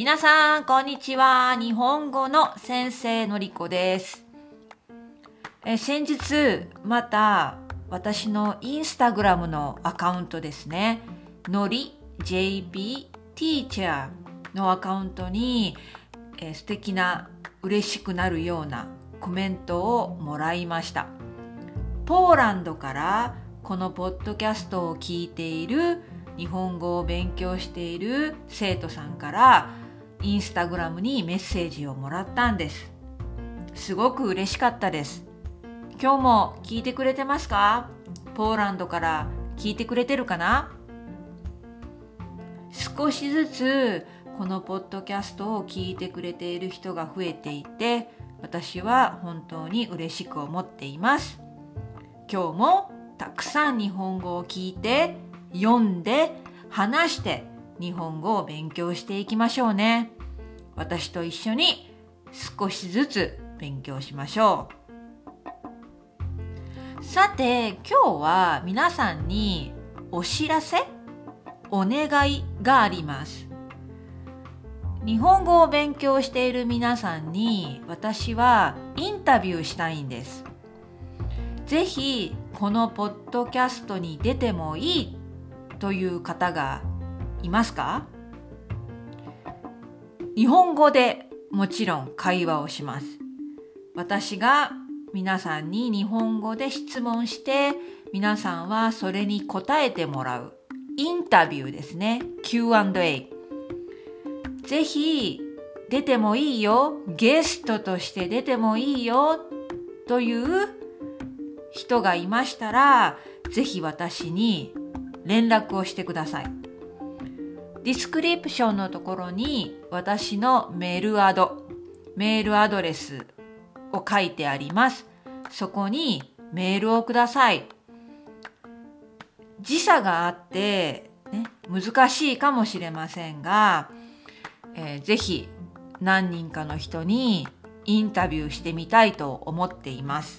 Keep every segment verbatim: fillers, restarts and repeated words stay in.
皆さん、こんにちは。日本語の先生のりこです。え先日、また私のインスタグラムのアカウントですね。のり ジェイピー Teacher のアカウントに、え素敵な、嬉しくなるようなコメントをもらいました。ポーランドからこのポッドキャストを聞いている日本語を勉強している生徒さんからインスタグラムにメッセージをもらったんです。すごく嬉しかったです。今日も聞いてくれてますか？ポーランドから聞いてくれてるかな？少しずつこのポッドキャストを聞いてくれている人が増えていて、私は本当に嬉しく思っています。今日もたくさん日本語を聞いて、読んで、話して日本語を勉強していきましょうね。私と一緒に少しずつ勉強しましょう。さて、今日は皆さんにお知らせ、お願いがあります。日本語を勉強している皆さんに私はインタビューしたいんです。ぜひこのポッドキャストに出てもいいという方がいますか？日本語でもちろん会話をします。私が皆さんに日本語で質問して、皆さんはそれに答えてもらうインタビューですね。キューアンドエー。ぜひ出てもいいよ、ゲストとして出てもいいよという人がいましたら、ぜひ私に連絡をしてください。ディスクリプションのところに私のメールアド、メールアドレスを書いてあります。そこにメールをください。時差があって、ね、難しいかもしれませんが、えー、ぜひ何人かの人にインタビューしてみたいと思っています。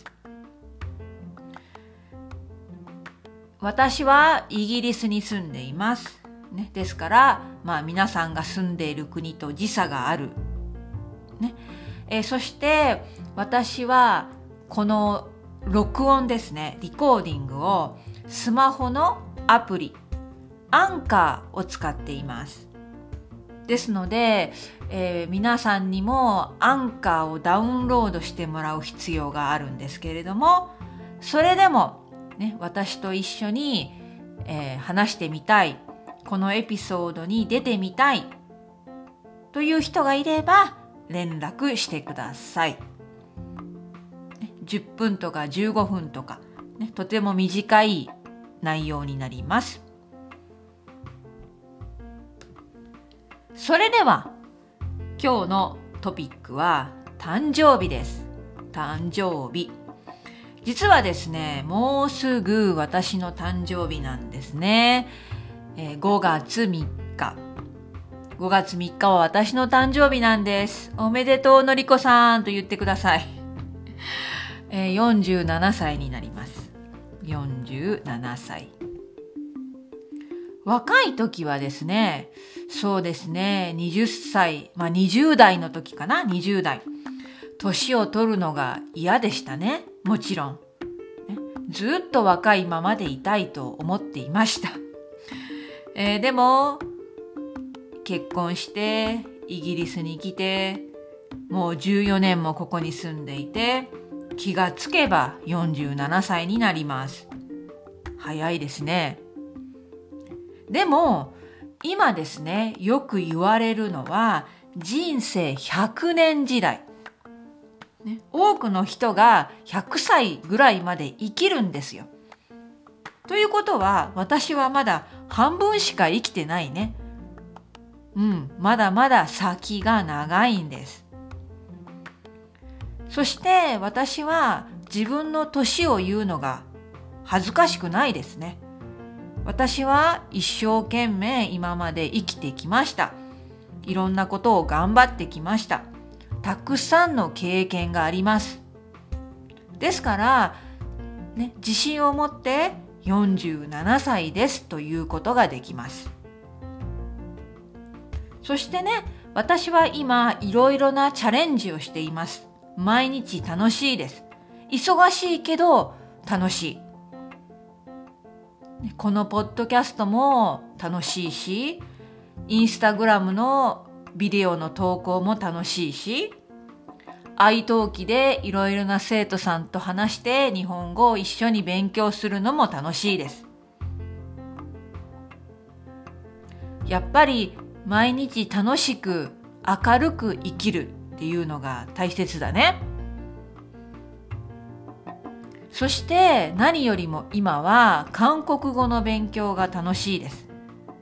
私はイギリスに住んでいます。ね、ですから、まあ皆さんが住んでいる国と時差がある。ねえー、そして私はこの録音ですね、リコーディングをスマホのアプリ、アンカーを使っています。ですので、えー、皆さんにもアンカーをダウンロードしてもらう必要があるんですけれども、それでもね、私と一緒に、えー、話してみたい、このエピソードに出てみたいという人がいれば連絡してください。じゅっぷんとかじゅうごふんとか、ね、とても短い内容になります。それでは今日のトピックは誕生日です。誕生日。実はですね、もうすぐ私の誕生日なんですね。えー、ごがつみっか。ごがつみっかは私の誕生日なんです。おめでとうのりこさんと言ってください。えー、よんじゅうななさいになります。よんじゅうななさい。若い時はですね、そうですね、はたち、まあにじゅう代の時かな、にじゅう代。年を取るのが嫌でしたね。もちろん。ね、ずっと若いままでいたいと思っていました。えー、でも、結婚して、イギリスに来て、もうじゅうよねんもここに住んでいて、気がつけばよんじゅうななさいになります。早いですね。でも、今ですね、よく言われるのは、人生ひゃくねん時代。ね、多くの人がひゃくさいぐらいまで生きるんですよ。ということは、私はまだ半分しか生きてないね。うん、まだまだ先が長いんです。そして私は自分の年を言うのが恥ずかしくないですね。私は一生懸命今まで生きてきました。いろんなことを頑張ってきました。たくさんの経験があります。ですから、ね、自信を持ってよんじゅうななさいですということができます。そしてね、 私は今いろいろなチャレンジをしています。毎日楽しいです。忙しいけど楽しい。このポッドキャストも楽しいし、インスタグラムのビデオの投稿も楽しいし、愛登記でいろいろな生徒さんと話して日本語を一緒に勉強するのも楽しいです。やっぱり毎日楽しく明るく生きるっていうのが大切だね。そして何よりも今は韓国語の勉強が楽しいです。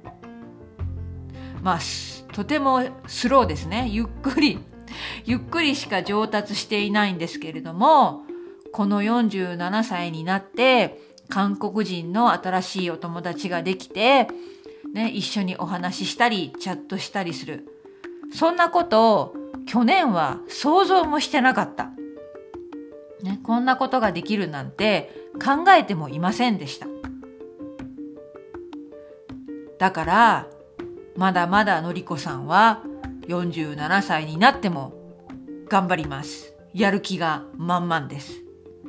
まあとてもスローですね。ゆっくりゆっくりしか上達していないんですけれども、このよんじゅうななさいになって韓国人の新しいお友達ができて、ね、一緒にお話ししたりチャットしたりする。そんなことを去年は想像もしてなかった。ね、こんなことができるなんて考えてもいませんでした。だからまだまだのりこさんはよんじゅうななさいになっても頑張ります。やる気が満々です。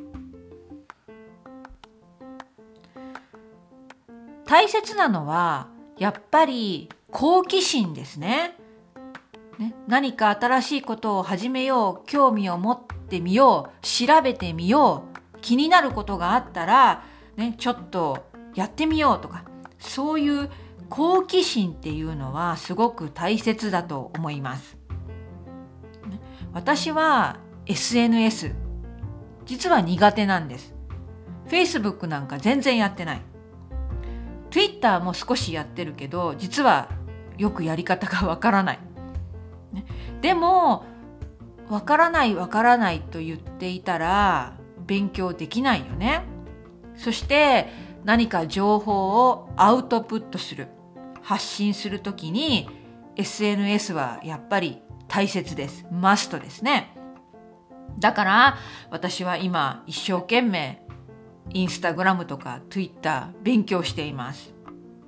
大切なのはやっぱり好奇心ですね。ね、何か新しいことを始めよう、興味を持ってみよう、調べてみよう、気になることがあったら、ね、ちょっとやってみようとか、そういう好奇心っていうのはすごく大切だと思います。ね、私は エスエヌエス 実は苦手なんです。Facebook なんか全然やってない。Twitter も少しやってるけど、実はよくやり方がわからない。ね、でも、わからないわからないと言っていたら勉強できないよね。そして何か情報をアウトプットする、発信するときに エスエヌエス はやっぱり大切です。マストですね。だから私は今一生懸命インスタグラムとか Twitter 勉強しています。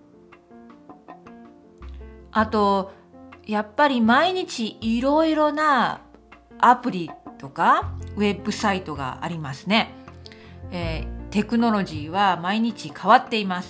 あとやっぱり毎日いろいろなアプリとかウェブサイトがありますね。えー、テクノロジーは毎日変わっています。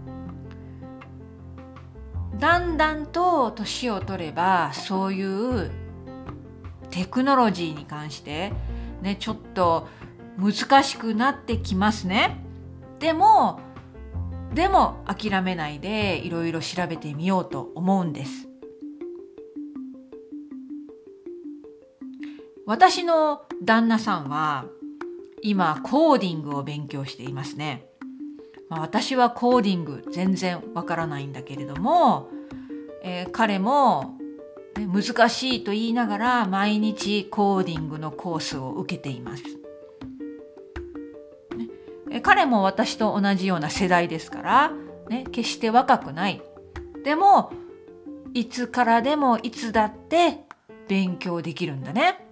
だんだんと年を取ればそういうテクノロジーに関してね、ちょっと難しくなってきますね。でもでも諦めないでいろいろ調べてみようと思うんです。私の旦那さんは今コーディングを勉強していますね。まあ、私はコーディング全然わからないんだけれども、えー、彼も、ね、難しいと言いながら毎日コーディングのコースを受けています。ね、えー、彼も私と同じような世代ですから、ね、決して若くない。でもいつからでもいつだって勉強できるんだね。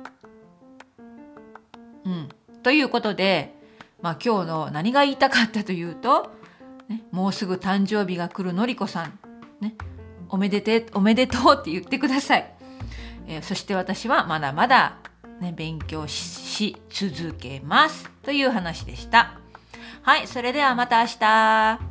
うん、ということで、まあ、今日の何が言いたかったというと、ね、もうすぐ誕生日が来るのりこさん、ね、おめでておめでとうって言ってください。えー、そして私はまだまだ、ね、勉強 し, し続けますという話でした。はい、それではまた明日。